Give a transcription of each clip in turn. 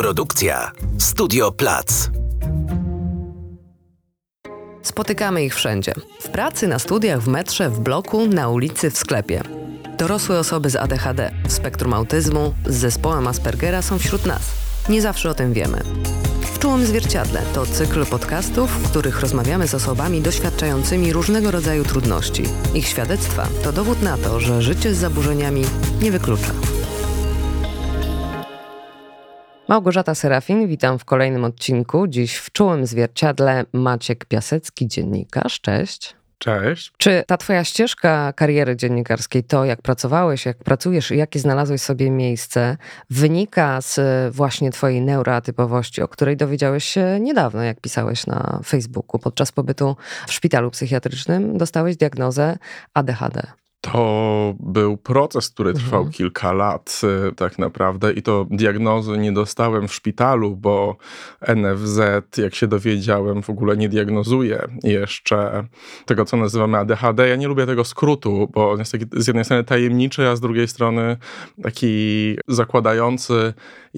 Produkcja Studio Plac. Spotykamy ich wszędzie. W pracy, na studiach, w metrze, w bloku, na ulicy, w sklepie. Dorosłe osoby z ADHD, spektrum autyzmu, z zespołem Aspergera są wśród nas. Nie zawsze o tym wiemy. W Czułym Zwierciadle to cykl podcastów, w których rozmawiamy z osobami doświadczającymi różnego rodzaju trudności. Ich świadectwa to dowód na to, że życie z zaburzeniami nie wyklucza. Małgorzata Serafin, witam w kolejnym odcinku. Dziś w Czułym Zwierciadle Maciek Piasecki, dziennikarz. Cześć. Cześć. Czy ta twoja ścieżka kariery dziennikarskiej, to jak pracowałeś, jak pracujesz i jakie znalazłeś sobie miejsce, wynika z właśnie twojej neuroatypowości, o której dowiedziałeś się niedawno, jak pisałeś na Facebooku. Podczas pobytu w szpitalu psychiatrycznym dostałeś diagnozę ADHD. To był proces, który trwał kilka lat tak naprawdę i to diagnozy nie dostałem w szpitalu, bo NFZ, jak się dowiedziałem, w ogóle nie diagnozuje jeszcze tego, co nazywamy ADHD. Ja nie lubię tego skrótu, bo on jest taki z jednej strony tajemniczy, a z drugiej strony taki zakładający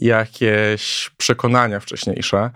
jakieś przekonania wcześniejsze,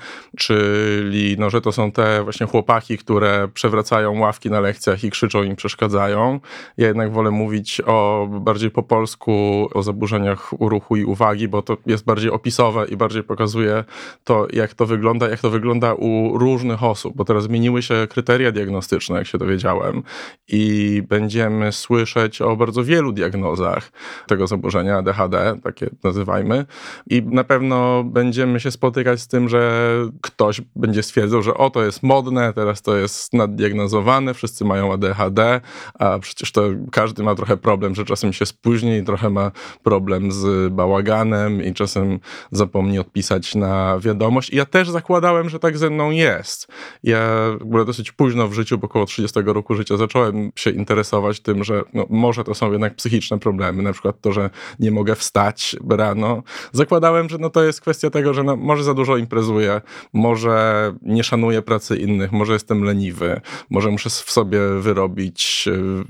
czyli że to są te właśnie chłopaki, które przewracają ławki na lekcjach i krzyczą im przeszkadzają. Ja jednak wolę mówić bardziej po polsku o zaburzeniach ruchu i uwagi, bo to jest bardziej opisowe i bardziej pokazuje to, jak to wygląda u różnych osób, bo teraz zmieniły się kryteria diagnostyczne, jak się dowiedziałem, i będziemy słyszeć o bardzo wielu diagnozach tego zaburzenia ADHD, takie nazywajmy, i na pewno będziemy się spotykać z tym, że ktoś będzie stwierdzał, że to jest modne, teraz to jest naddiagnozowane, wszyscy mają ADHD, a przecież to każdy ma trochę problem, że czasem się spóźni i trochę ma problem z bałaganem i czasem zapomni odpisać na wiadomość. I ja też zakładałem, że tak ze mną jest. Ja w ogóle dosyć późno w życiu, bo około 30 roku życia, zacząłem się interesować tym, że może to są jednak psychiczne problemy, na przykład to, że nie mogę wstać rano. Zakładałem, że to jest kwestia tego, że może za dużo imprezuję, może nie szanuję pracy innych, może jestem leniwy, może muszę w sobie wyrobić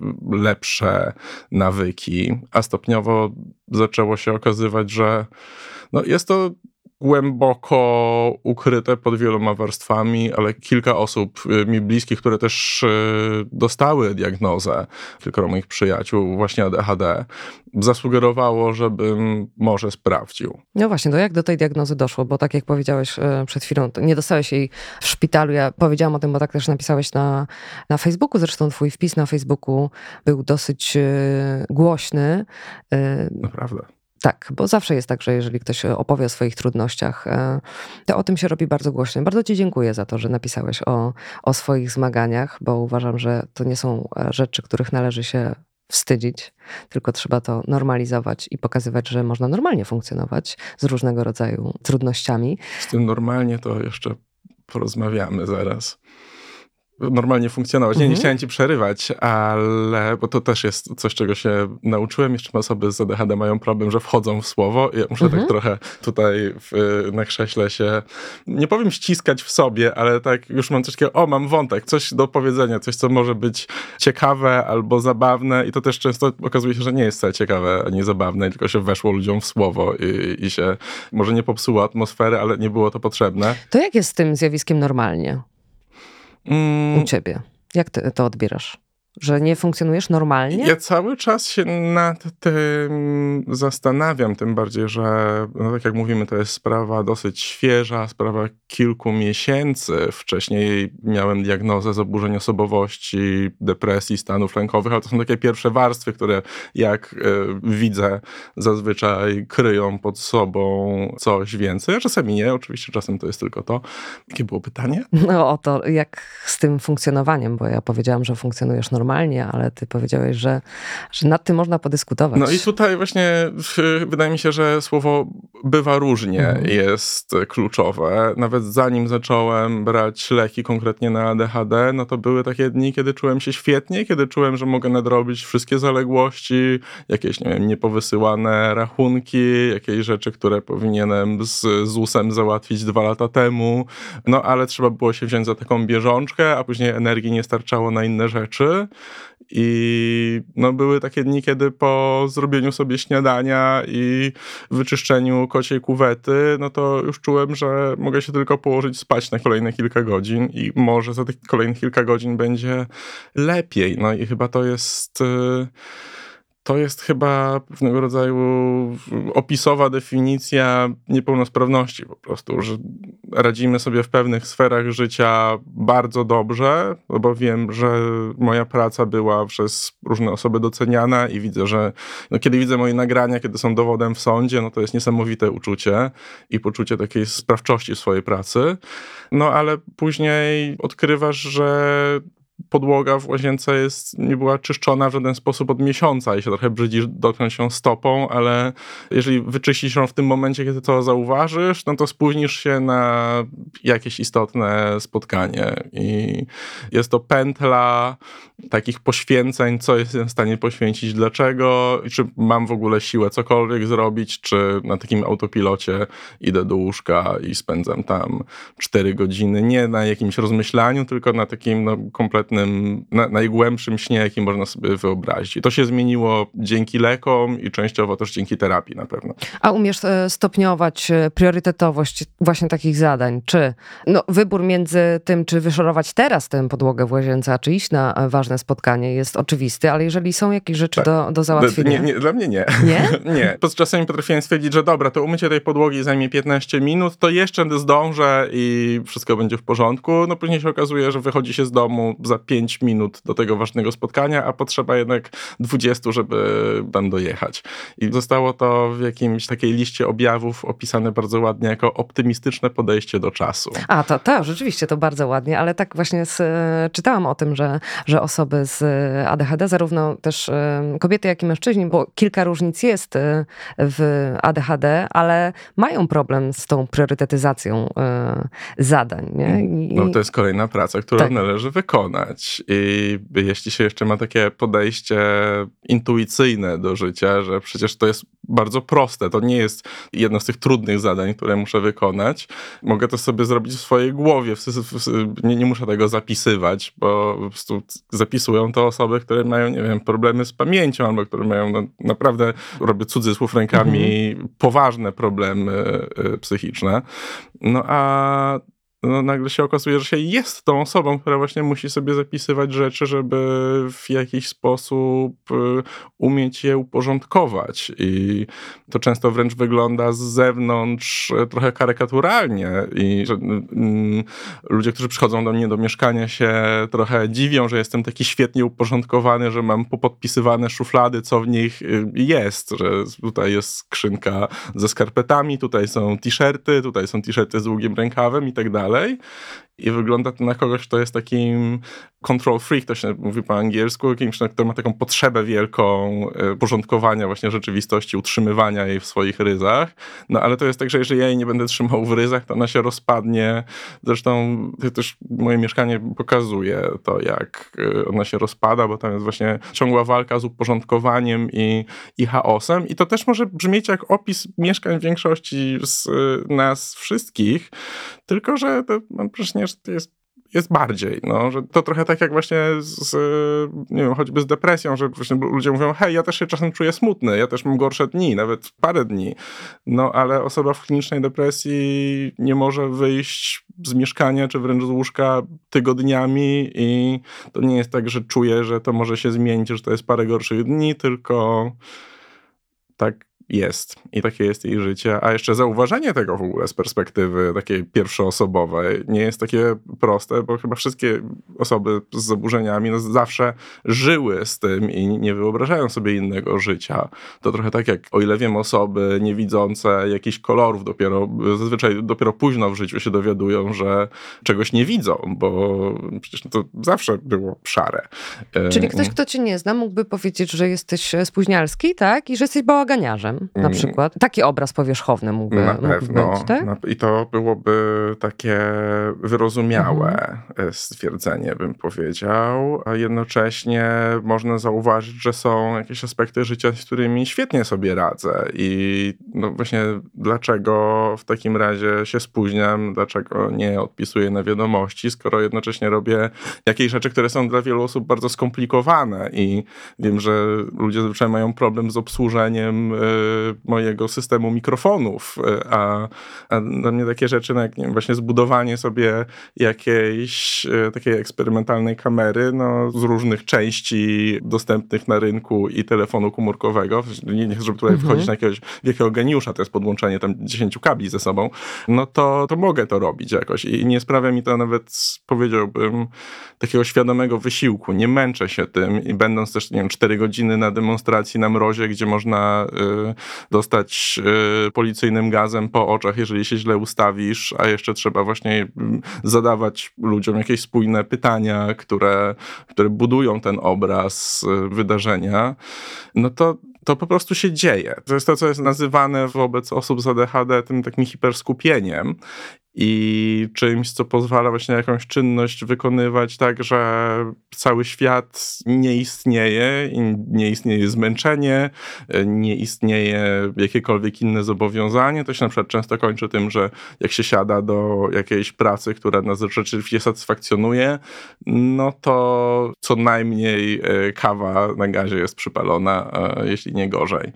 lepsze nawyki, a stopniowo zaczęło się okazywać, że jest to głęboko ukryte pod wieloma warstwami, ale kilka osób mi bliskich, które też dostały diagnozę, kilkoro moich przyjaciół, właśnie ADHD, zasugerowało, żebym może sprawdził. No właśnie, to jak do tej diagnozy doszło? Bo tak jak powiedziałeś przed chwilą, nie dostałeś jej w szpitalu. Ja powiedziałam o tym, bo tak też napisałeś na Facebooku. Zresztą twój wpis na Facebooku był dosyć głośny. Naprawdę. Tak, bo zawsze jest tak, że jeżeli ktoś opowie o swoich trudnościach, to o tym się robi bardzo głośno. Bardzo ci dziękuję za to, że napisałeś o swoich zmaganiach, bo uważam, że to nie są rzeczy, których należy się wstydzić, tylko trzeba to normalizować i pokazywać, że można normalnie funkcjonować z różnego rodzaju trudnościami. Z tym normalnie to jeszcze porozmawiamy zaraz. Normalnie funkcjonować. Nie chciałem ci przerywać, ale bo to też jest coś, czego się nauczyłem. Jeszcze osoby z ADHD mają problem, że wchodzą w słowo. Ja muszę tak trochę tutaj na krześle się, nie powiem ściskać w sobie, ale tak już mam coś takiego, mam wątek, coś do powiedzenia, coś, co może być ciekawe albo zabawne i to też często okazuje się, że nie jest wcale ciekawe ani zabawne, tylko się weszło ludziom w słowo i się może nie popsuło atmosfery, ale nie było to potrzebne. To jak jest z tym zjawiskiem normalnie? U ciebie. Jak ty to odbierasz? Że nie funkcjonujesz normalnie? Ja cały czas się nad tym zastanawiam, tym bardziej, że tak jak mówimy, to jest sprawa dosyć świeża, sprawa kilku miesięcy. Wcześniej miałem diagnozę zaburzeń osobowości, depresji, stanów lękowych, ale to są takie pierwsze warstwy, które jak widzę zazwyczaj kryją pod sobą coś więcej, a czasami nie, oczywiście czasem to jest tylko to. Jakie było pytanie? O to, jak z tym funkcjonowaniem, bo ja powiedziałam, że funkcjonujesz normalnie, ale ty powiedziałeś, że nad tym można podyskutować. I tutaj właśnie wydaje mi się, że słowo bywa różnie jest kluczowe. Nawet zanim zacząłem brać leki konkretnie na ADHD, to były takie dni, kiedy czułem się świetnie, kiedy czułem, że mogę nadrobić wszystkie zaległości, jakieś, niepowysyłane rachunki, jakieś rzeczy, które powinienem z ZUS-em załatwić 2 lata temu. Ale trzeba było się wziąć za taką bieżączkę, a później energii nie starczało na inne rzeczy. I były takie dni, kiedy po zrobieniu sobie śniadania i wyczyszczeniu kociej kuwety, no to już czułem, że mogę się tylko położyć spać na kolejne kilka godzin i może za tych kolejnych kilka godzin będzie lepiej. No i chyba to jest chyba pewnego rodzaju opisowa definicja niepełnosprawności po prostu, że radzimy sobie w pewnych sferach życia bardzo dobrze, no bo wiem, że moja praca była przez różne osoby doceniana i widzę, że kiedy widzę moje nagrania, kiedy są dowodem w sądzie, no to jest niesamowite uczucie i poczucie takiej sprawczości w swojej pracy. No ale później odkrywasz, że podłoga w łazience nie była czyszczona w żaden sposób od miesiąca i się trochę brzydzisz dotknąć ją stopą, ale jeżeli wyczyścisz ją w tym momencie, kiedy to zauważysz, no to spóźnisz się na jakieś istotne spotkanie i jest to pętla takich poświęceń, co jestem w stanie poświęcić, dlaczego, i czy mam w ogóle siłę cokolwiek zrobić, czy na takim autopilocie idę do łóżka i spędzam tam 4 godziny, nie na jakimś rozmyślaniu, tylko na takim kompletnym, najgłębszym śnie, jaki można sobie wyobrazić. I to się zmieniło dzięki lekom i częściowo też dzięki terapii na pewno. A umiesz stopniować priorytetowość właśnie takich zadań? Czy wybór między tym, czy wyszorować teraz tę podłogę w łazience, a czy iść na ważne spotkanie jest oczywisty, ale jeżeli są jakieś rzeczy do załatwienia... Nie, dla mnie nie. Nie? Nie. Czasami potrafiłem stwierdzić, że dobra, to umycie tej podłogi zajmie 15 minut, to jeszcze zdążę i wszystko będzie w porządku. No później się okazuje, że wychodzi się z domu za 5 minut do tego ważnego spotkania, a potrzeba jednak 20, żeby tam dojechać. I zostało to w jakimś takiej liście objawów opisane bardzo ładnie jako optymistyczne podejście do czasu. A, to rzeczywiście to bardzo ładnie, ale tak właśnie czytałam o tym, że osoby z ADHD, zarówno też kobiety, jak i mężczyźni, bo kilka różnic jest w ADHD, ale mają problem z tą priorytetyzacją zadań. Nie? No to jest kolejna praca, którą należy wykonać. I jeśli się jeszcze ma takie podejście intuicyjne do życia, że przecież to jest bardzo proste, to nie jest jedno z tych trudnych zadań, które muszę wykonać. Mogę to sobie zrobić w swojej głowie, nie muszę tego zapisywać, bo po prostu zapisują to osoby, które mają, nie wiem, problemy z pamięcią, albo które mają naprawdę, robię cudzysłów rękami, poważne problemy psychiczne. No a nagle się okazuje, że się jest tą osobą, która właśnie musi sobie zapisywać rzeczy, żeby w jakiś sposób umieć je uporządkować. I to często wręcz wygląda z zewnątrz trochę karykaturalnie. I że ludzie, którzy przychodzą do mnie do mieszkania, się trochę dziwią, że jestem taki świetnie uporządkowany, że mam popodpisywane szuflady, co w nich jest. Że tutaj jest skrzynka ze skarpetami, tutaj są t-shirty z długim rękawem i tak dalej. I wygląda to na kogoś, kto jest takim control freak, to się mówi po angielsku, kimś, kto ma taką potrzebę wielką porządkowania właśnie rzeczywistości, utrzymywania jej w swoich ryzach. No ale to jest tak, że jeżeli ja jej nie będę trzymał w ryzach, to ona się rozpadnie. Zresztą też moje mieszkanie pokazuje to, jak ona się rozpada, bo tam jest właśnie ciągła walka z uporządkowaniem i chaosem. I to też może brzmieć jak opis mieszkań większości z nas wszystkich, tylko że to mam wrażenie, że to jest bardziej, że to trochę tak jak właśnie nie wiem, choćby z depresją, że właśnie ludzie mówią, hej, ja też się czasem czuję smutny, ja też mam gorsze dni, nawet parę dni, ale osoba w klinicznej depresji nie może wyjść z mieszkania, czy wręcz z łóżka tygodniami i to nie jest tak, że czuje, że to może się zmienić, że to jest parę gorszych dni, tylko tak jest i takie jest jej życie, a jeszcze zauważenie tego w ogóle z perspektywy takiej pierwszoosobowej nie jest takie proste, bo chyba wszystkie osoby z zaburzeniami zawsze żyły z tym i nie wyobrażają sobie innego życia. To trochę tak jak, o ile wiem, osoby niewidzące jakichś kolorów zazwyczaj dopiero późno w życiu się dowiadują, że czegoś nie widzą, bo przecież to zawsze było szare. Czyli ktoś, kto cię nie zna, mógłby powiedzieć, że jesteś spóźnialski, tak? I że jesteś bałaganiarzem. Na przykład. Taki obraz powierzchowny mógłby być, tak? I to byłoby takie wyrozumiałe stwierdzenie, bym powiedział, a jednocześnie można zauważyć, że są jakieś aspekty życia, z którymi świetnie sobie radzę i właśnie dlaczego w takim razie się spóźniam, dlaczego nie odpisuję na wiadomości, skoro jednocześnie robię jakieś rzeczy, które są dla wielu osób bardzo skomplikowane i wiem, że ludzie zazwyczaj mają problem z obsłużeniem mojego systemu mikrofonów, a dla mnie takie rzeczy, jak nie wiem, właśnie zbudowanie sobie jakiejś takiej eksperymentalnej kamery, no, z różnych części dostępnych na rynku i telefonu komórkowego, nie chcę, żeby tutaj wchodzić na jakiegoś wielkiego geniusza, to jest podłączenie tam 10 kabli ze sobą, no to mogę to robić jakoś i nie sprawia mi to nawet, powiedziałbym, takiego świadomego wysiłku. Nie męczę się tym i będąc też, nie wiem, 4 godziny na demonstracji na mrozie, gdzie można dostać policyjnym gazem po oczach, jeżeli się źle ustawisz, a jeszcze trzeba właśnie zadawać ludziom jakieś spójne pytania, które budują ten obraz wydarzenia, no to po prostu się dzieje. To jest to, co jest nazywane wobec osób z ADHD tym takim hiperskupieniem i czymś, co pozwala właśnie jakąś czynność wykonywać tak, że cały świat nie istnieje i nie istnieje zmęczenie, nie istnieje jakiekolwiek inne zobowiązanie. To się na przykład często kończy tym, że jak się siada do jakiejś pracy, która nas rzeczywiście satysfakcjonuje, no to co najmniej kawa na gazie jest przypalona, jeśli nie gorzej.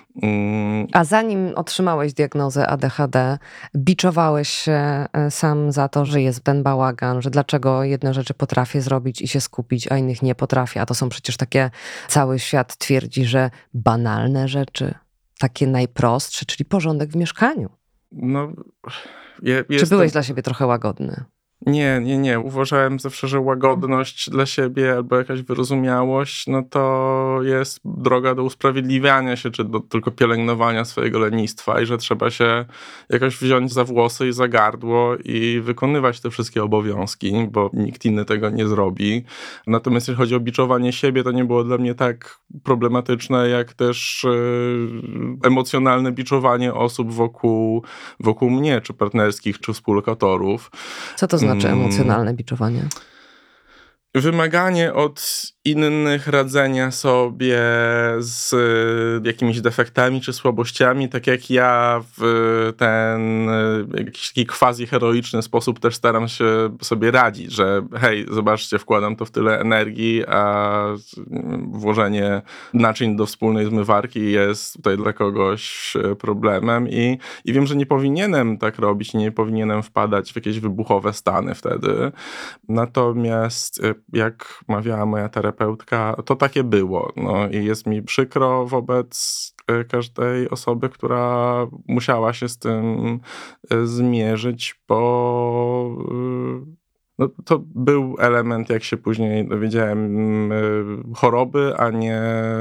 A zanim otrzymałeś diagnozę ADHD, biczowałeś się sam za to, że jest ten bałagan, że dlaczego jedne rzeczy potrafię zrobić i się skupić, a innych nie potrafię. A to są przecież takie, cały świat twierdzi, że banalne rzeczy, takie najprostsze, czyli porządek w mieszkaniu. No, Czy byłeś dla siebie trochę łagodny? Nie. Uważałem zawsze, że łagodność dla siebie albo jakaś wyrozumiałość, no to jest droga do usprawiedliwiania się, czy do tylko pielęgnowania swojego lenistwa i że trzeba się jakoś wziąć za włosy i za gardło i wykonywać te wszystkie obowiązki, bo nikt inny tego nie zrobi. Natomiast jeśli chodzi o biczowanie siebie, to nie było dla mnie tak problematyczne, jak też emocjonalne biczowanie osób wokół mnie, czy partnerskich, czy współlokatorów. Co to znaczy emocjonalne biczowanie? Wymaganie od innych radzenia sobie z jakimiś defektami czy słabościami, tak jak ja w ten jakiś taki quasi-heroiczny sposób też staram się sobie radzić, że hej, zobaczcie, wkładam to w tyle energii, a włożenie naczyń do wspólnej zmywarki jest tutaj dla kogoś problemem i wiem, że nie powinienem tak robić, nie powinienem wpadać w jakieś wybuchowe stany wtedy. Natomiast jak mawiała moja terapeutka, to takie było. No i jest mi przykro wobec każdej osoby, która musiała się z tym zmierzyć, bo no, to był element, jak się później dowiedziałem, choroby, a nie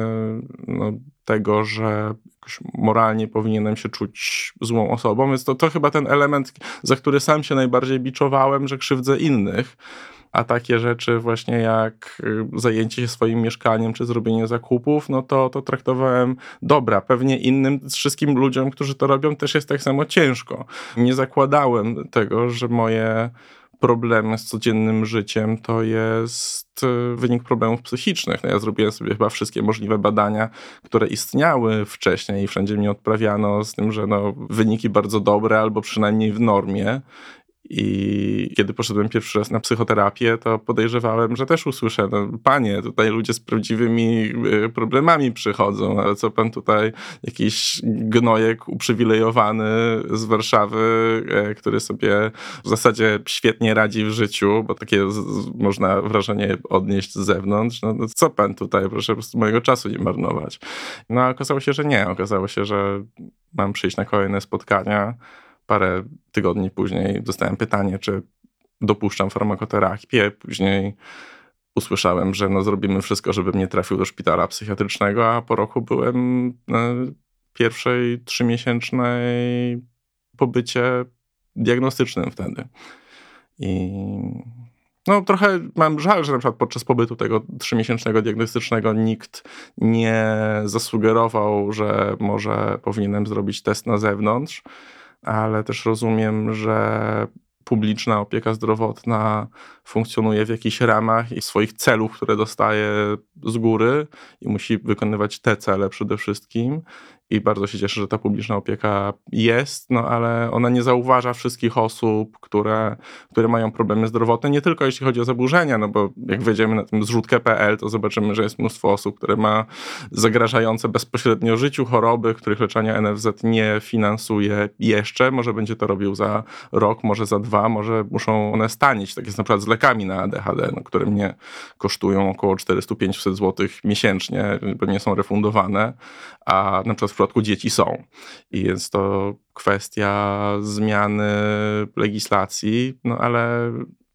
tego, że jakoś moralnie powinienem się czuć złą osobą. Więc to chyba ten element, za który sam się najbardziej biczowałem, że krzywdzę innych. A takie rzeczy właśnie jak zajęcie się swoim mieszkaniem czy zrobienie zakupów, no to traktowałem dobra. Pewnie innym, wszystkim ludziom, którzy to robią, też jest tak samo ciężko. Nie zakładałem tego, że moje problemy z codziennym życiem to jest wynik problemów psychicznych. No ja zrobiłem sobie chyba wszystkie możliwe badania, które istniały wcześniej i wszędzie mnie odprawiano z tym, że wyniki bardzo dobre albo przynajmniej w normie. I kiedy poszedłem pierwszy raz na psychoterapię, to podejrzewałem, że też usłyszę, panie, tutaj ludzie z prawdziwymi problemami przychodzą, ale co pan tutaj, jakiś gnojek uprzywilejowany z Warszawy, który sobie w zasadzie świetnie radzi w życiu, bo takie można wrażenie odnieść z zewnątrz, no co pan tutaj, proszę po prostu mojego czasu nie marnować. No a okazało się, że nie. Okazało się, że mam przyjść na kolejne spotkania. Parę tygodni później dostałem pytanie, czy dopuszczam farmakoterapię. Później usłyszałem, że zrobimy wszystko, żebym nie trafił do szpitala psychiatrycznego, a po roku byłem na pierwszej 3-miesięcznej pobycie diagnostycznym wtedy. I trochę mam żal, że na przykład podczas pobytu tego 3-miesięcznego diagnostycznego nikt nie zasugerował, że może powinienem zrobić test na zewnątrz, ale też rozumiem, że publiczna opieka zdrowotna funkcjonuje w jakichś ramach i swoich celów, które dostaje z góry i musi wykonywać te cele przede wszystkim. i bardzo się cieszę, że ta publiczna opieka jest, no ale ona nie zauważa wszystkich osób, które mają problemy zdrowotne, nie tylko jeśli chodzi o zaburzenia, no bo jak wejdziemy na tym zrzutkę.pl, to zobaczymy, że jest mnóstwo osób, które ma zagrażające bezpośrednio życiu choroby, których leczenia NFZ nie finansuje jeszcze, może będzie to robił za rok, może za 2, może muszą one stanieć. Tak jest na przykład z lekami na ADHD, no, które mnie kosztują około 400-500 zł miesięcznie, bo nie są refundowane, a na przykład w przypadku dzieci są. I jest to kwestia zmiany legislacji, no ale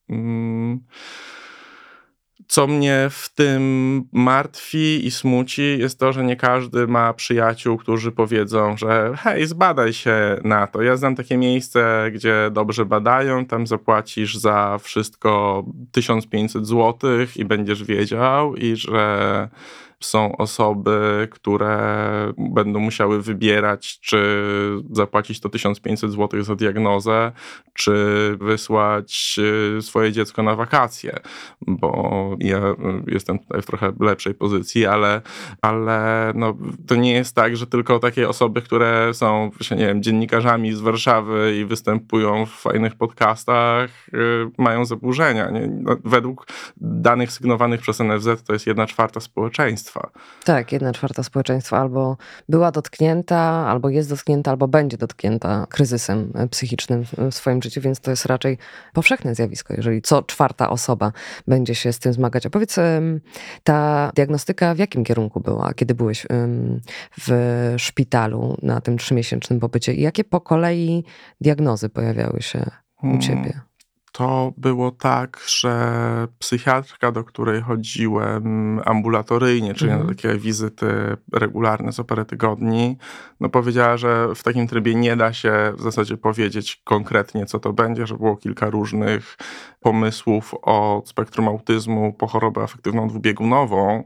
co mnie w tym martwi i smuci, jest to, że nie każdy ma przyjaciół, którzy powiedzą, że hej, zbadaj się na to. Ja znam takie miejsce, gdzie dobrze badają, tam zapłacisz za wszystko 1500 zł i będziesz wiedział, i że są osoby, które będą musiały wybierać, czy zapłacić to 1500 zł za diagnozę, czy wysłać swoje dziecko na wakacje, bo ja jestem tutaj w trochę lepszej pozycji, ale no, to nie jest tak, że tylko takie osoby, które są, nie wiem, dziennikarzami z Warszawy i występują w fajnych podcastach, mają zaburzenia. Nie? No, według danych sygnowanych przez NFZ to jest 1/4 społeczeństwa. Tak, 1/4 społeczeństwa albo była dotknięta, albo jest dotknięta, albo będzie dotknięta kryzysem psychicznym w swoim życiu, więc to jest raczej powszechne zjawisko, jeżeli co 4. osoba będzie się z tym zmagać. A powiedz, ta diagnostyka w jakim kierunku była, kiedy byłeś w szpitalu na tym 3-miesięcznym pobycie i jakie po kolei diagnozy pojawiały się u ciebie? To było tak, że psychiatrka, do której chodziłem ambulatoryjnie, czyli na takie wizyty regularne co parę tygodni, no powiedziała, że w takim trybie nie da się w zasadzie powiedzieć konkretnie, co to będzie, że było kilka różnych pomysłów od spektrum autyzmu po chorobę afektywną dwubiegunową.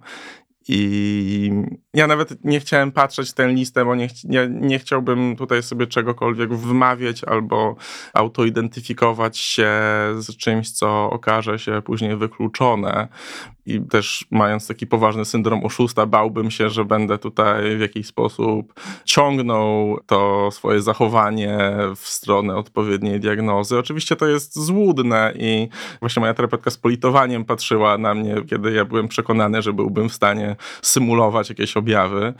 I ja nawet nie chciałem patrzeć w tę listę, bo nie chciałbym tutaj sobie czegokolwiek wmawiać albo autoidentyfikować się z czymś, co okaże się później wykluczone. I też mając taki poważny syndrom oszusta, bałbym się, że będę tutaj w jakiś sposób ciągnął to swoje zachowanie w stronę odpowiedniej diagnozy. Oczywiście to jest złudne i właśnie moja terapeutka z politowaniem patrzyła na mnie, kiedy ja byłem przekonany, że byłbym w stanie symulować jakieś objawy.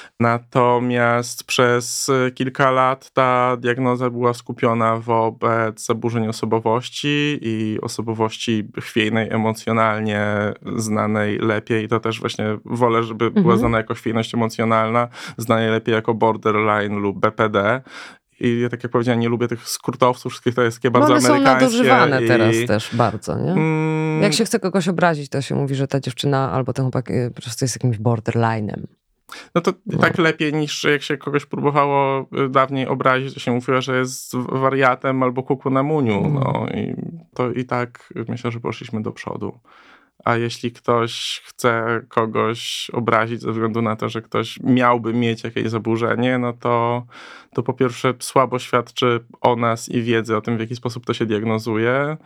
Natomiast przez kilka lat ta diagnoza była skupiona wobec zaburzeń osobowości i osobowości chwiejnej emocjonalnie znanej lepiej. I to też właśnie wolę, żeby była znana jako chwiejność emocjonalna, znanej lepiej jako borderline lub BPD. I ja, tak jak powiedziałem, nie lubię tych skrótowców, wszystkich to jest takie bardzo amerykańskie. One są nadużywane teraz też bardzo, nie? Jak się chce kogoś obrazić, to się mówi, że ta dziewczyna albo ten chłopak po prostu jest jakimś borderline'em. No to tak lepiej niż jak się kogoś próbowało dawniej obrazić, to się mówiło, że jest wariatem albo kuku na muniu. No i to i tak myślę, że poszliśmy do przodu. A jeśli ktoś chce kogoś obrazić ze względu na to, że ktoś miałby mieć jakieś zaburzenie, no to po pierwsze słabo świadczy o nas i wiedzy o tym, w jaki sposób to się diagnozuje.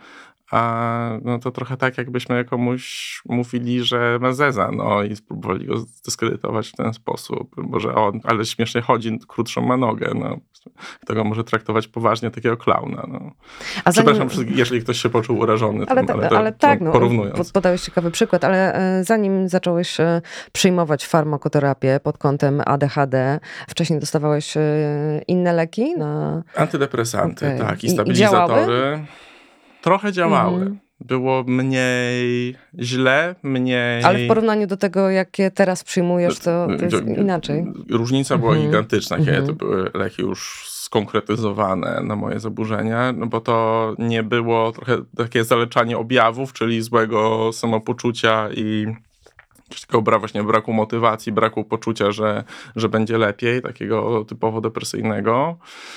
A no to trochę tak, jakbyśmy komuś mówili, że ma zeza, no i spróbowali go zdyskredytować w ten sposób. Może on, ale śmiesznie chodzi, krótszą ma nogę, no. Kto go może traktować poważnie, takiego klauna, no. Przepraszam, jeżeli ktoś się poczuł urażony, ale tak, porównując. Podałeś ciekawy przykład, ale zanim zacząłeś przyjmować farmakoterapię pod kątem ADHD, wcześniej dostawałeś inne leki? Antydepresanty, tak, i stabilizatory. Trochę działały. Było mniej źle, mniej... Ale w porównaniu do tego, jakie teraz przyjmujesz, to jest inaczej. Różnica była gigantyczna, kiedy to były leki już skonkretyzowane na moje zaburzenia, no bo to nie było trochę takie zaleczanie objawów, czyli złego samopoczucia i takiego właśnie braku motywacji, braku poczucia, że będzie lepiej, takiego typowo depresyjnego,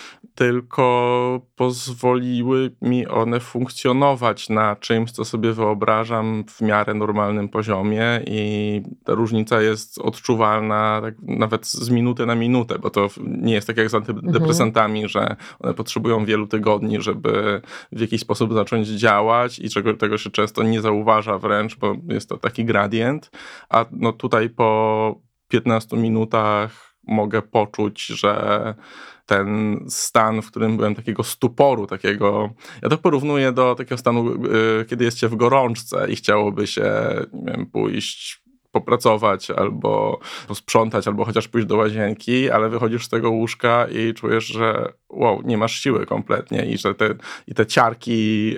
tylko pozwoliły mi one funkcjonować na czymś, co sobie wyobrażam w miarę normalnym poziomie i ta różnica jest odczuwalna tak nawet z minuty na minutę, bo to nie jest tak jak z antydepresantami, że one potrzebują wielu tygodni, żeby w jakiś sposób zacząć działać i tego się często nie zauważa wręcz, bo jest to taki gradient, a no tutaj po 15 minutach mogę poczuć, że ten stan, w którym byłem, takiego stuporu, takiego... Ja to porównuję do takiego stanu, kiedy jest się w gorączce i chciałoby się, nie wiem, pójść popracować, albo posprzątać, albo chociaż pójść do łazienki, ale wychodzisz z tego łóżka i czujesz, że wow, nie masz siły kompletnie i że te ciarki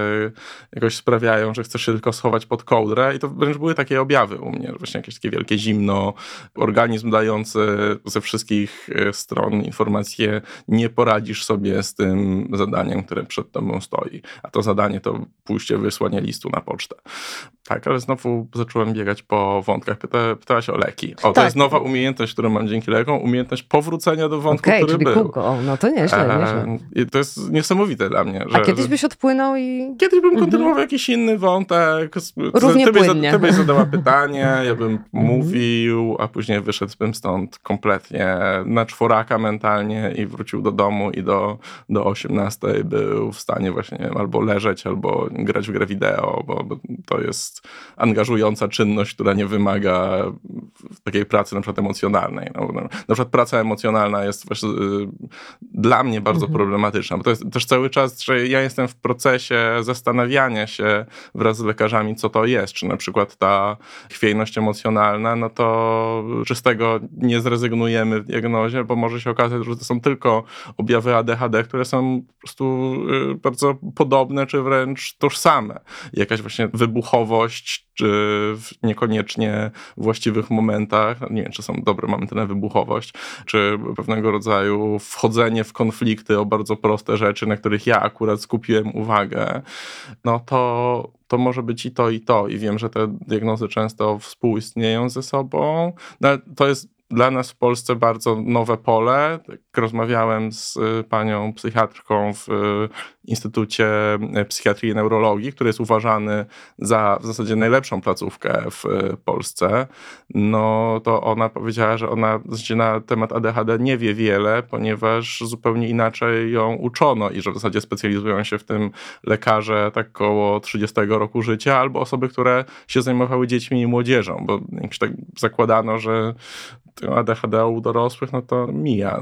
jakoś sprawiają, że chcesz się tylko schować pod kołdrę i to wręcz były takie objawy u mnie, że właśnie jakieś takie wielkie zimno, organizm dający ze wszystkich stron informacje, nie poradzisz sobie z tym zadaniem, które przed tobą stoi, a to zadanie to pójście, wysłanie listu na pocztę. Tak, ale znowu zacząłem biegać po wątkach. Pytałaś o leki. To jest nowa umiejętność, którą mam dzięki lekom. Umiejętność powrócenia do wątku, który czyli był. kółko. No to nieźle. I to jest niesamowite dla mnie. A kiedyś byś odpłynął i... Kiedyś bym kontynuował jakiś inny wątek. Równie płynnie. Ty byś zadała pytanie, ja bym mówił, a później wyszedłbym stąd kompletnie na czworaka mentalnie i wrócił do domu i do 18 był w stanie właśnie, nie wiem, albo leżeć, albo grać w grę wideo, bo to jest angażująca czynność, która nie wymaga takiej pracy na przykład emocjonalnej. Na przykład praca emocjonalna jest właśnie dla mnie bardzo problematyczna, bo to jest też cały czas, że ja jestem w procesie zastanawiania się wraz z lekarzami, co to jest. Czy na przykład ta chwiejność emocjonalna, no to czy z tego nie zrezygnujemy w diagnozie, bo może się okazać, że to są tylko objawy ADHD, które są po prostu bardzo podobne, czy wręcz tożsame. Jakaś właśnie wybuchowość, czy w niekoniecznie właściwych momentach, nie wiem, czy są dobre momenty na wybuchowość, czy pewnego rodzaju wchodzenie w konflikty o bardzo proste rzeczy, na których ja akurat skupiłem uwagę, no to może być i to, i to. I wiem, że te diagnozy często współistnieją ze sobą. No, to jest dla nas w Polsce bardzo nowe pole. Rozmawiałem z panią psychiatrką w Instytucie Psychiatrii i Neurologii, który jest uważany za w zasadzie najlepszą placówkę w Polsce. No to ona powiedziała, że ona w zasadzie na temat ADHD nie wie wiele, ponieważ zupełnie inaczej ją uczono i że w zasadzie specjalizują się w tym lekarze tak koło 30 roku życia albo osoby, które się zajmowały dziećmi i młodzieżą, bo jak się tak zakładano, że ADHD u dorosłych, no to mija.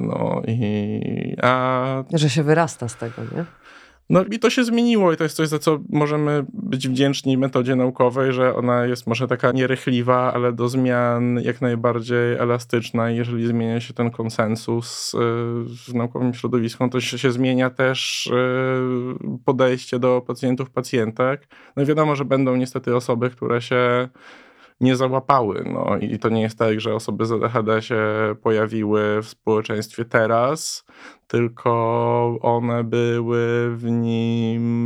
Że się wyrasta z tego, nie? No i to się zmieniło i to jest coś, za co możemy być wdzięczni metodzie naukowej, że ona jest może taka nierychliwa, ale do zmian jak najbardziej elastyczna i jeżeli zmienia się ten konsensus w naukowym środowisku, to się zmienia też podejście do pacjentów, pacjentek. No i wiadomo, że będą niestety osoby, które się nie załapały. No i to nie jest tak, że osoby z ADHD się pojawiły w społeczeństwie teraz, tylko one były w nim,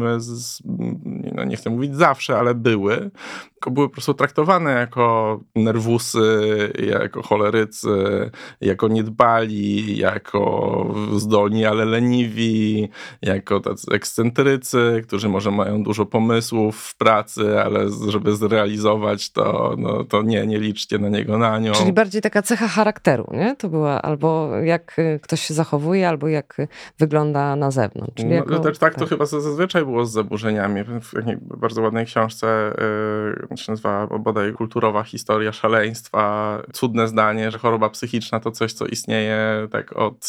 nie chcę mówić zawsze, ale były. Tylko były po prostu traktowane jako nerwusy, jako cholerycy, jako niedbali, jako zdolni, ale leniwi, jako tacy ekscentrycy, którzy może mają dużo pomysłów w pracy, ale żeby zrealizować to nie liczcie na niego, na nią. Czyli bardziej taka cecha charakteru, nie? To była albo jak ktoś się zachowuje, albo jak wygląda na zewnątrz. Czyli tak to chyba zazwyczaj było z zaburzeniami. W jakiej bardzo ładnej książce się nazywa bodaj Kulturowa historia szaleństwa. Cudne zdanie, że choroba psychiczna to coś, co istnieje tak od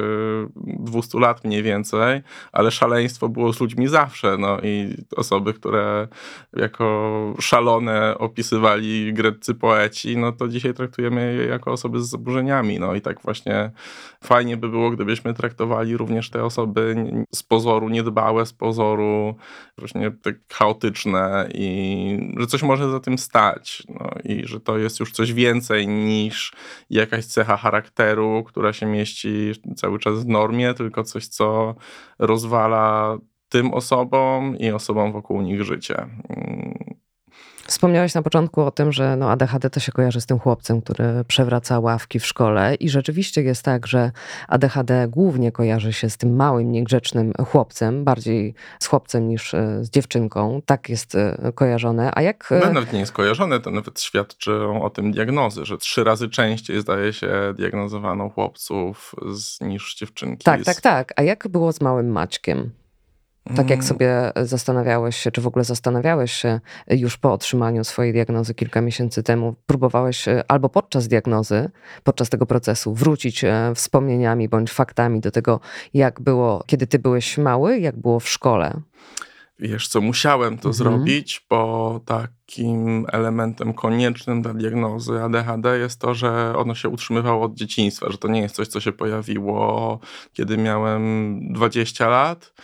200 lat mniej więcej, ale szaleństwo było z ludźmi zawsze. No i osoby, które jako szalone opisywali greccy poeci, no to dzisiaj traktujemy je jako osoby z zaburzeniami. No i tak właśnie fajnie by było, gdybyśmy traktowali również te osoby z pozoru niedbałe, z pozoru właśnie tak chaotyczne i że coś może za tym stać. No i że to jest już coś więcej niż jakaś cecha charakteru, która się mieści cały czas w normie, tylko coś, co rozwala tym osobom i osobom wokół nich życie. Wspomniałeś na początku o tym, że ADHD to się kojarzy z tym chłopcem, który przewraca ławki w szkole i rzeczywiście jest tak, że ADHD głównie kojarzy się z tym małym, niegrzecznym chłopcem, bardziej z chłopcem niż z dziewczynką. Tak jest kojarzone. A jak... No, nawet nie jest kojarzone, to nawet świadczą o tym diagnozy, że 3 razy częściej zdaje się diagnozowano chłopców niż dziewczynki. Tak. A jak było z małym Maćkiem? Tak jak sobie zastanawiałeś się, czy w ogóle zastanawiałeś się już po otrzymaniu swojej diagnozy kilka miesięcy temu, próbowałeś albo podczas diagnozy, podczas tego procesu wrócić wspomnieniami bądź faktami do tego, jak było, kiedy ty byłeś mały, jak było w szkole? Wiesz co, musiałem to zrobić, bo takim elementem koniecznym dla diagnozy ADHD jest to, że ono się utrzymywało od dzieciństwa, że to nie jest coś, co się pojawiło, kiedy miałem 20 lat,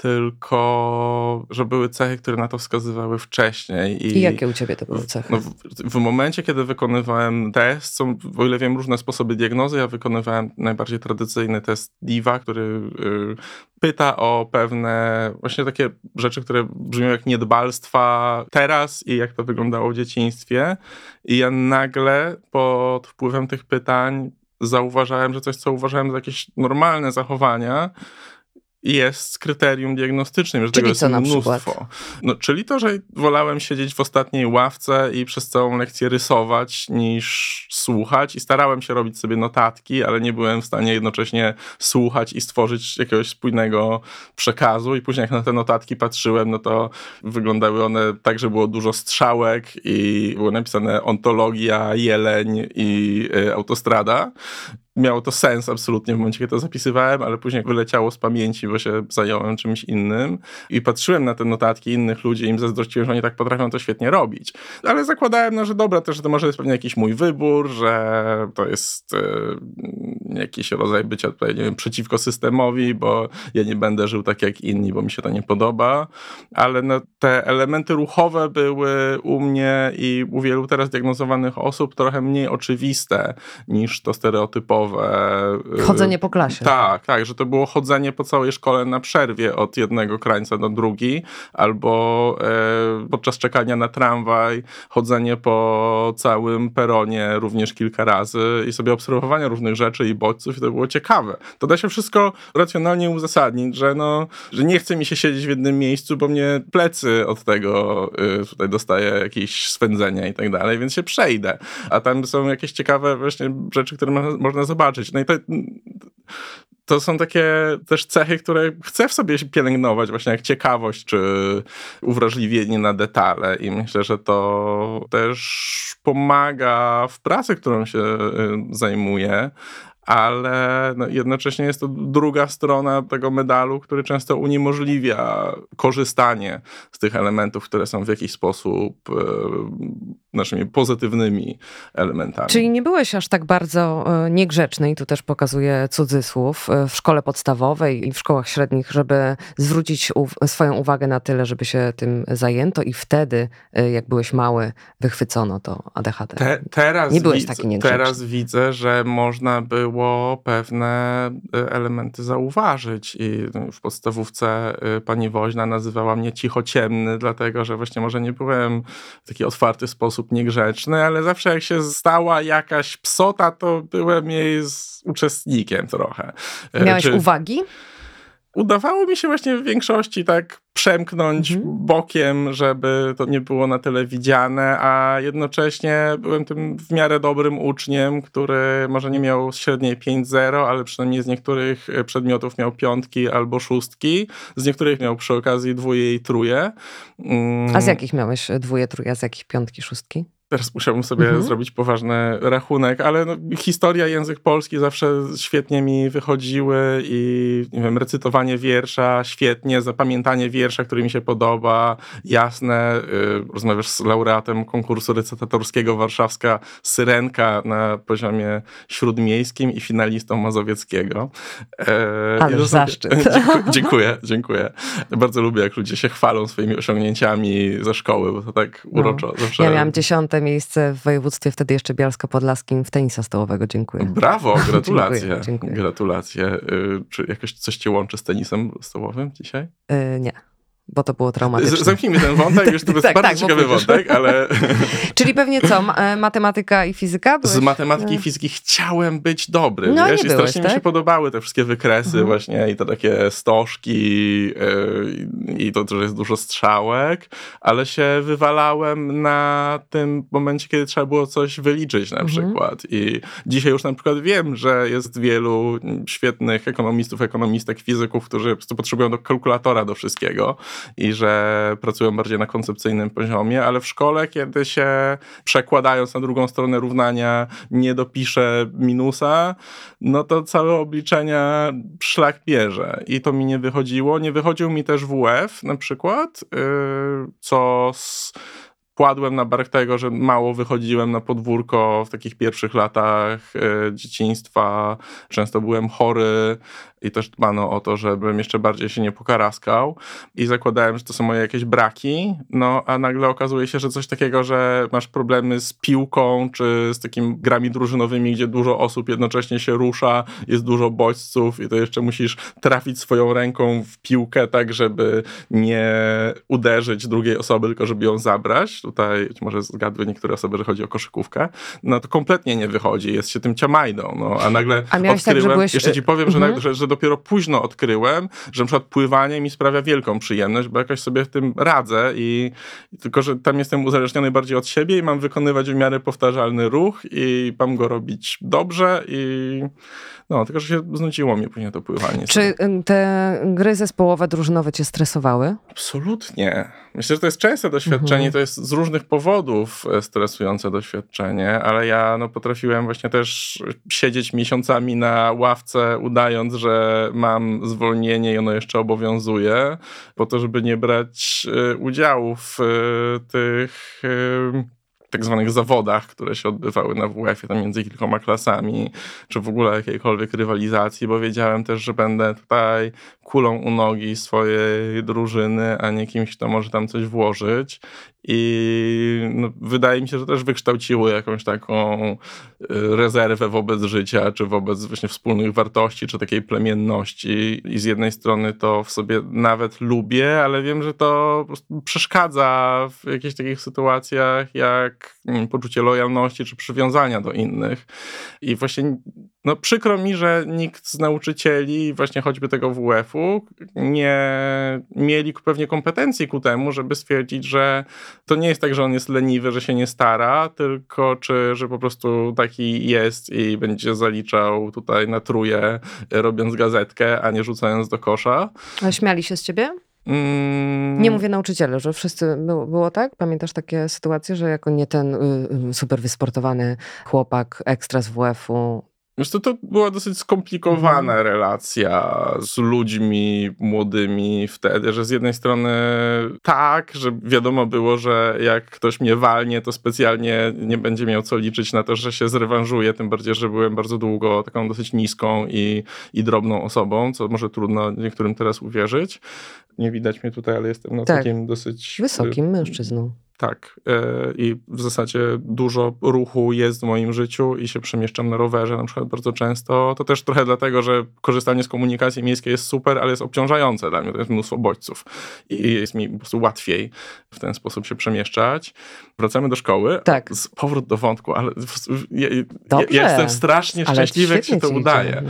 tylko że były cechy, które na to wskazywały wcześniej. I jakie u ciebie to były cechy? No, w momencie, kiedy wykonywałem test, są, o ile wiem, różne sposoby diagnozy, ja wykonywałem najbardziej tradycyjny test DIVA, który pyta o pewne właśnie takie rzeczy, które brzmią jak niedbalstwa teraz i jak to wyglądało w dzieciństwie. I ja nagle pod wpływem tych pytań zauważałem, że coś, co uważałem za jakieś normalne zachowania, jest kryterium diagnostycznym, że czyli tego jest co na mnóstwo. przykład? No, czyli to, że wolałem siedzieć w ostatniej ławce i przez całą lekcję rysować niż słuchać i starałem się robić sobie notatki, ale nie byłem w stanie jednocześnie słuchać i stworzyć jakiegoś spójnego przekazu i później jak na te notatki patrzyłem, no to wyglądały one tak, że było dużo strzałek i było napisane ontologia, jeleń i autostrada. Miało to sens absolutnie w momencie, kiedy to zapisywałem, ale później wyleciało z pamięci, bo się zająłem czymś innym i patrzyłem na te notatki innych ludzi i im zazdrościłem, że oni tak potrafią to świetnie robić. Ale zakładałem, no, że dobra, też, że to może jest pewnie jakiś mój wybór, że to jest jakiś rodzaj bycia tutaj, nie wiem, przeciwko systemowi, bo ja nie będę żył tak jak inni, bo mi się to nie podoba. Ale no, te elementy ruchowe były u mnie i u wielu teraz diagnozowanych osób trochę mniej oczywiste niż to stereotypowe. Chodzenie po klasie. Tak, że to było chodzenie po całej szkole na przerwie od jednego krańca do drugi, albo podczas czekania na tramwaj, chodzenie po całym peronie również kilka razy i sobie obserwowanie różnych rzeczy i bodźców i to było ciekawe. To da się wszystko racjonalnie uzasadnić, że nie chce mi się siedzieć w jednym miejscu, bo mnie plecy od tego tutaj dostaje jakieś swędzenia i tak dalej, więc się przejdę. A tam są jakieś ciekawe właśnie rzeczy, które można zobaczyć. No i to są takie też cechy, które chcę w sobie pielęgnować, właśnie jak ciekawość czy uwrażliwienie na detale i myślę, że to też pomaga w pracy, którą się zajmuję, ale no jednocześnie jest to druga strona tego medalu, który często uniemożliwia korzystanie z tych elementów, które są w jakiś sposób naszymi pozytywnymi elementami. Czyli nie byłeś aż tak bardzo niegrzeczny, i tu też pokazuję cudzysłów, w szkole podstawowej i w szkołach średnich, żeby zwrócić swoją uwagę na tyle, żeby się tym zajęto i wtedy, jak byłeś mały, wychwycono to ADHD. Nie byłeś taki niegrzeczny. Teraz widzę, że można było pewne elementy zauważyć i w podstawówce pani Woźna nazywała mnie cichociemny, dlatego, że właśnie może nie byłem w taki otwarty sposób niegrzeczny, ale zawsze jak się stała jakaś psota, to byłem jej uczestnikiem trochę. Miałeś uwagi? Udawało mi się właśnie w większości tak przemknąć bokiem, żeby to nie było na tyle widziane, a jednocześnie byłem tym w miarę dobrym uczniem, który może nie miał średniej 5,0, ale przynajmniej z niektórych przedmiotów miał 5 albo 6, z niektórych miał przy okazji 2 i 3. A z jakich miałeś 2, 3, a z jakich 5, 6? Teraz musiałbym sobie zrobić poważny rachunek, ale historia, język polski zawsze świetnie mi wychodziły i nie wiem, recytowanie wiersza świetnie, zapamiętanie wiersza, który mi się podoba, jasne, rozmawiasz z laureatem konkursu recytatorskiego Warszawska Syrenka na poziomie śródmiejskim i finalistą mazowieckiego. Ależ zaszczyt. Dziękuję. Bardzo lubię, jak ludzie się chwalą swoimi osiągnięciami ze szkoły, bo to tak uroczo zawsze. Ja miałam 10. miejsce w województwie, wtedy jeszcze bialsko-podlaskim, w tenisa stołowego. Dziękuję. Brawo, gratulacje. Dziękuję. Gratulacje. Czy jakoś coś cię łączy z tenisem stołowym dzisiaj? Nie. bo to było traumatyczne. Zamknijmy ten wątek, już to jest bardzo ciekawy wątek, ale... Czyli pewnie co, matematyka i fizyka? Z matematyki i fizyki chciałem być dobry, no, wiesz? Nie byłeś, strasznie mi się podobały te wszystkie wykresy właśnie i to takie stożki i to, że jest dużo strzałek, ale się wywalałem na tym momencie, kiedy trzeba było coś wyliczyć na przykład. I dzisiaj już na przykład wiem, że jest wielu świetnych ekonomistów, ekonomistek, fizyków, którzy po prostu potrzebują do kalkulatora do wszystkiego i że pracują bardziej na koncepcyjnym poziomie, ale w szkole, kiedy się przekładając na drugą stronę równania nie dopiszę minusa, no to całe obliczenia szlak bierze. I to mi nie wychodziło. Nie wychodził mi też WF na przykład, co kładłem na bark tego, że mało wychodziłem na podwórko w takich pierwszych latach dzieciństwa. Często byłem chory i też dbano o to, żebym jeszcze bardziej się nie pokaraskał. I zakładałem, że to są moje jakieś braki. No a nagle okazuje się, że coś takiego, że masz problemy z piłką, czy z takimi grami drużynowymi, gdzie dużo osób jednocześnie się rusza, jest dużo bodźców i to jeszcze musisz trafić swoją ręką w piłkę tak, żeby nie uderzyć drugiej osoby, tylko żeby ją zabrać. Tutaj może zgadły niektóre osoby, że chodzi o koszykówkę. No to kompletnie nie wychodzi, jest się tym ciamajdą. No, a nagle odkryłem, tak, że byłeś... jeszcze ci powiem, że dopiero późno odkryłem, że na przykład pływanie mi sprawia wielką przyjemność, bo jakoś sobie w tym radzę i tylko, że tam jestem uzależniony bardziej od siebie i mam wykonywać w miarę powtarzalny ruch i mam go robić dobrze i no, tylko, że się znudziło mi później to pływanie. Czy te gry zespołowe, drużynowe cię stresowały? Absolutnie. Myślę, że to jest częste doświadczenie, to jest z różnych powodów stresujące doświadczenie, ale ja potrafiłem właśnie też siedzieć miesiącami na ławce, udając, że mam zwolnienie i ono jeszcze obowiązuje, po to, żeby nie brać udziału w tych tak zwanych zawodach, które się odbywały na WF-ie tam między kilkoma klasami, czy w ogóle jakiejkolwiek rywalizacji, bo wiedziałem też, że będę tutaj kulą u nogi swojej drużyny, a nie kimś, kto może tam coś włożyć. I wydaje mi się, że też wykształciły jakąś taką rezerwę wobec życia, czy wobec właśnie wspólnych wartości, czy takiej plemienności. I z jednej strony to w sobie nawet lubię, ale wiem, że to po prostu przeszkadza w jakichś takich sytuacjach, jak poczucie lojalności, czy przywiązania do innych. I właśnie przykro mi, że nikt z nauczycieli właśnie choćby tego WF-u nie mieli pewnie kompetencji ku temu, żeby stwierdzić, że to nie jest tak, że on jest leniwy, że się nie stara, tylko że po prostu taki jest i będzie zaliczał tutaj na truje, robiąc gazetkę, a nie rzucając do kosza. A śmiali się z ciebie? Nie mówię nauczyciele, że wszyscy było tak? Pamiętasz takie sytuacje, że jako nie ten super wysportowany chłopak ekstra z WF-u? Wiesz co, to była dosyć skomplikowana relacja z ludźmi młodymi wtedy, że z jednej strony tak, że wiadomo było, że jak ktoś mnie walnie, to specjalnie nie będzie miał co liczyć na to, że się zrewanżuje, tym bardziej, że byłem bardzo długo taką dosyć niską i drobną osobą, co może trudno niektórym teraz uwierzyć. Nie widać mnie tutaj, ale jestem takim dosyć... wysokim mężczyzną. Tak. I w zasadzie dużo ruchu jest w moim życiu i się przemieszczam na rowerze na przykład bardzo często. To też trochę dlatego, że korzystanie z komunikacji miejskiej jest super, ale jest obciążające dla mnie. To jest mnóstwo bodźców i jest mi po prostu łatwiej w ten sposób się przemieszczać. Wracamy do szkoły. Tak. Powrót do wątku, ale ja jestem strasznie szczęśliwy, jak się to udaje.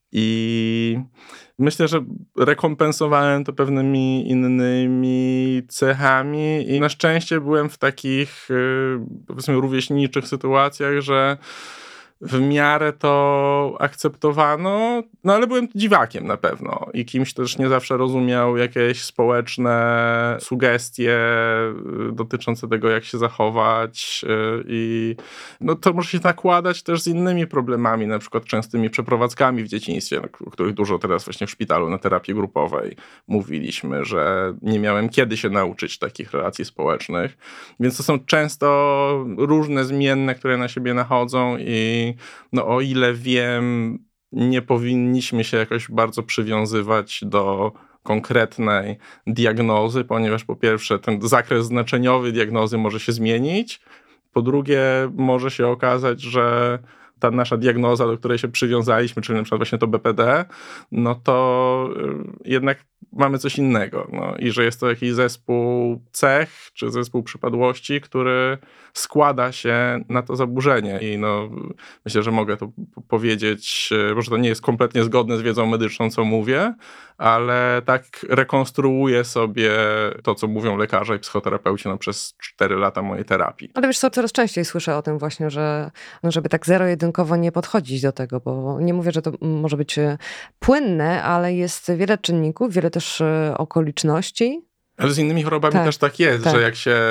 I myślę, że rekompensowałem to pewnymi innymi cechami i na szczęście byłem w takich, powiedzmy, rówieśniczych sytuacjach, że w miarę to akceptowano, ale byłem dziwakiem na pewno i kimś też nie zawsze rozumiał jakieś społeczne sugestie dotyczące tego, jak się zachować i to może się nakładać też z innymi problemami, na przykład częstymi przeprowadzkami w dzieciństwie, o których dużo teraz właśnie w szpitalu na terapii grupowej mówiliśmy, że nie miałem kiedy się nauczyć takich relacji społecznych, więc to są często różne zmienne, które na siebie nachodzą i o ile wiem, nie powinniśmy się jakoś bardzo przywiązywać do konkretnej diagnozy, ponieważ po pierwsze ten zakres znaczeniowy diagnozy może się zmienić, po drugie może się okazać, że ta nasza diagnoza, do której się przywiązaliśmy, czyli na przykład właśnie to BPD, no to jednak mamy coś innego. No, i że jest to jakiś zespół cech, czy zespół przypadłości, który składa się na to zaburzenie. I no, myślę, że mogę to powiedzieć, może to nie jest kompletnie zgodne z wiedzą medyczną, co mówię, ale tak rekonstruuję sobie to, co mówią lekarze i psychoterapeuci przez 4 lata mojej terapii. Ale wiesz co, coraz częściej słyszę o tym właśnie, że żeby tak zero-jedynkowo nie podchodzić do tego, bo nie mówię, że to może być płynne, ale jest wiele czynników, wiele też okoliczności. Ale z innymi chorobami też tak jest, że jak się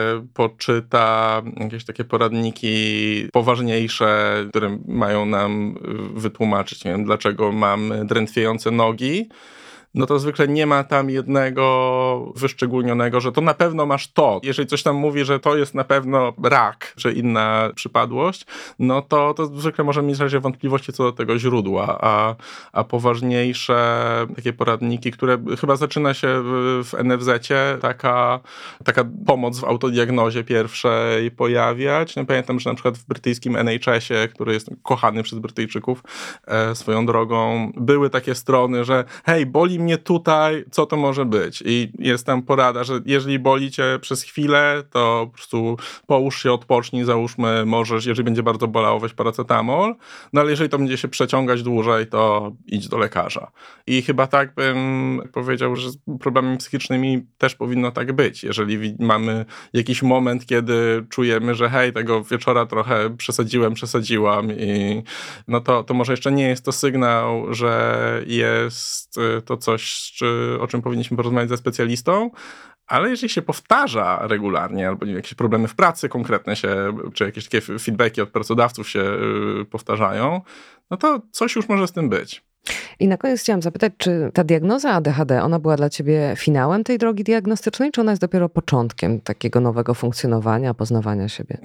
poczyta jakieś takie poradniki poważniejsze, które mają nam wytłumaczyć, nie wiem, dlaczego mam drętwiejące nogi, no to zwykle nie ma tam jednego wyszczególnionego, że to na pewno masz to. Jeżeli coś tam mówi, że to jest na pewno rak, czy inna przypadłość, no to zwykle może mieć razie wątpliwości co do tego źródła, a poważniejsze takie poradniki, które chyba zaczyna się w NFZ-cie, taka pomoc w autodiagnozie pierwszej pojawiać. No, pamiętam, że na przykład w brytyjskim NHS-ie, który jest kochany przez Brytyjczyków swoją drogą, były takie strony, że hej, boli mnie tutaj, co to może być? I jest tam porada, że jeżeli boli cię przez chwilę, to po prostu połóż się, odpocznij, załóżmy, możesz, jeżeli będzie bardzo bolało, weź paracetamol, no ale jeżeli to będzie się przeciągać dłużej, to idź do lekarza. I chyba tak bym powiedział, że z problemami psychicznymi też powinno tak być. Jeżeli mamy jakiś moment, kiedy czujemy, że hej, tego wieczora trochę przesadziłam i no to może jeszcze nie jest to sygnał, że jest to coś, o czym powinniśmy porozmawiać ze specjalistą, ale jeżeli się powtarza regularnie, albo jakieś problemy w pracy konkretne czy jakieś takie feedbacki od pracodawców się powtarzają, no to coś już może z tym być. I na koniec chciałam zapytać, czy ta diagnoza ADHD, ona była dla ciebie finałem tej drogi diagnostycznej, czy ona jest dopiero początkiem takiego nowego funkcjonowania, poznawania siebie?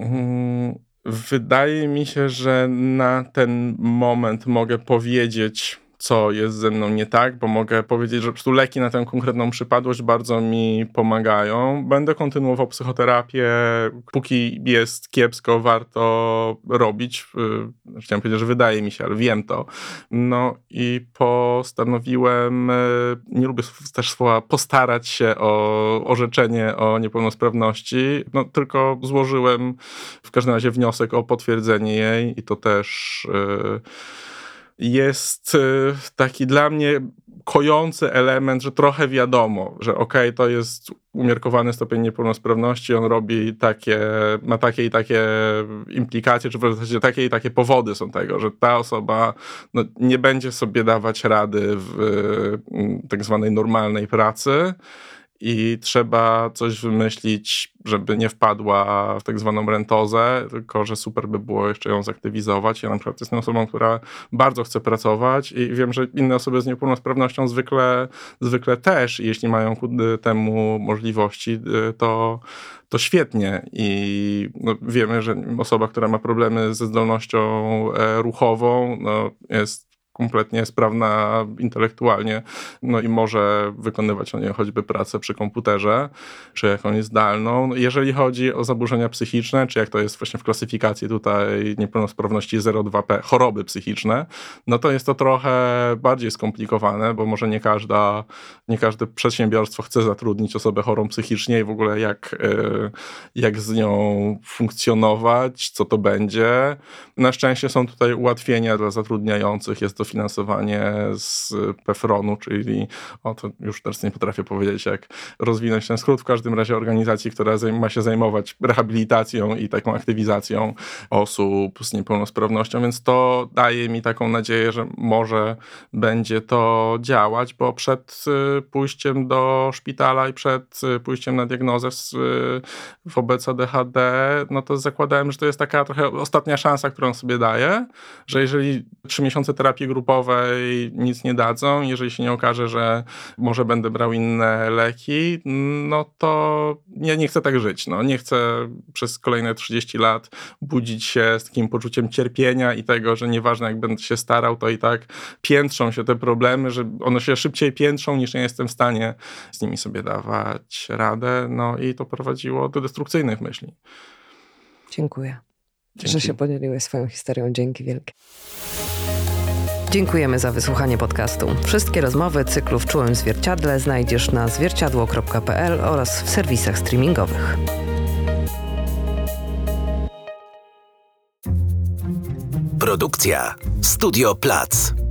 Wydaje mi się, że na ten moment mogę powiedzieć, co jest ze mną nie tak, bo mogę powiedzieć, że po prostu leki na tę konkretną przypadłość bardzo mi pomagają. Będę kontynuował psychoterapię. Póki jest kiepsko, warto robić. Chciałem powiedzieć, że wydaje mi się, ale wiem to. No i postanowiłem, nie lubię też słowa, postarać się o orzeczenie o niepełnosprawności. No tylko złożyłem w każdym razie wniosek o potwierdzenie jej i to też jest taki dla mnie kojący element, że trochę wiadomo, że okej, to jest umiarkowany stopień niepełnosprawności, on ma takie i takie implikacje, czy w zasadzie takie i takie powody są tego, że ta osoba nie będzie sobie dawać rady w tak zwanej normalnej pracy i trzeba coś wymyślić, żeby nie wpadła w tak zwaną rentozę, tylko że super by było jeszcze ją zaktywizować. Ja na przykład jestem osobą, która bardzo chce pracować i wiem, że inne osoby z niepełnosprawnością zwykle też, jeśli mają ku temu możliwości, to świetnie. I wiemy, że osoba, która ma problemy ze zdolnością ruchową, jest kompletnie sprawna intelektualnie, i może wykonywać choćby pracę przy komputerze, czy jakąś zdalną. Jeżeli chodzi o zaburzenia psychiczne, czy jak to jest właśnie w klasyfikacji tutaj niepełnosprawności 0,2P, choroby psychiczne, to jest to trochę bardziej skomplikowane, bo może nie każde przedsiębiorstwo chce zatrudnić osobę chorą psychicznie i w ogóle jak z nią funkcjonować, co to będzie. Na szczęście są tutaj ułatwienia dla zatrudniających, jest to finansowanie z PFRON-u, czyli to już teraz nie potrafię powiedzieć, jak rozwinąć ten skrót, w każdym razie organizacji, która ma się zajmować rehabilitacją i taką aktywizacją osób z niepełnosprawnością, więc to daje mi taką nadzieję, że może będzie to działać, bo przed pójściem do szpitala i przed pójściem na diagnozę wobec ADHD, to zakładałem, że to jest taka trochę ostatnia szansa, którą sobie daję, że jeżeli 3 miesiące terapii grupowej nic nie dadzą, jeżeli się nie okaże, że może będę brał inne leki, to ja nie chcę tak żyć. Nie chcę przez kolejne 30 lat budzić się z takim poczuciem cierpienia i tego, że nieważne jak będę się starał, to i tak piętrzą się te problemy, że one się szybciej piętrzą, niż nie jestem w stanie z nimi sobie dawać radę. I to prowadziło do destrukcyjnych myśli. Dziękuję. że się podzieliłeś swoją historią. Dzięki wielkie. Dziękujemy za wysłuchanie podcastu. Wszystkie rozmowy cyklu W czułym zwierciadle znajdziesz na zwierciadło.pl oraz w serwisach streamingowych. Produkcja Studio Plac.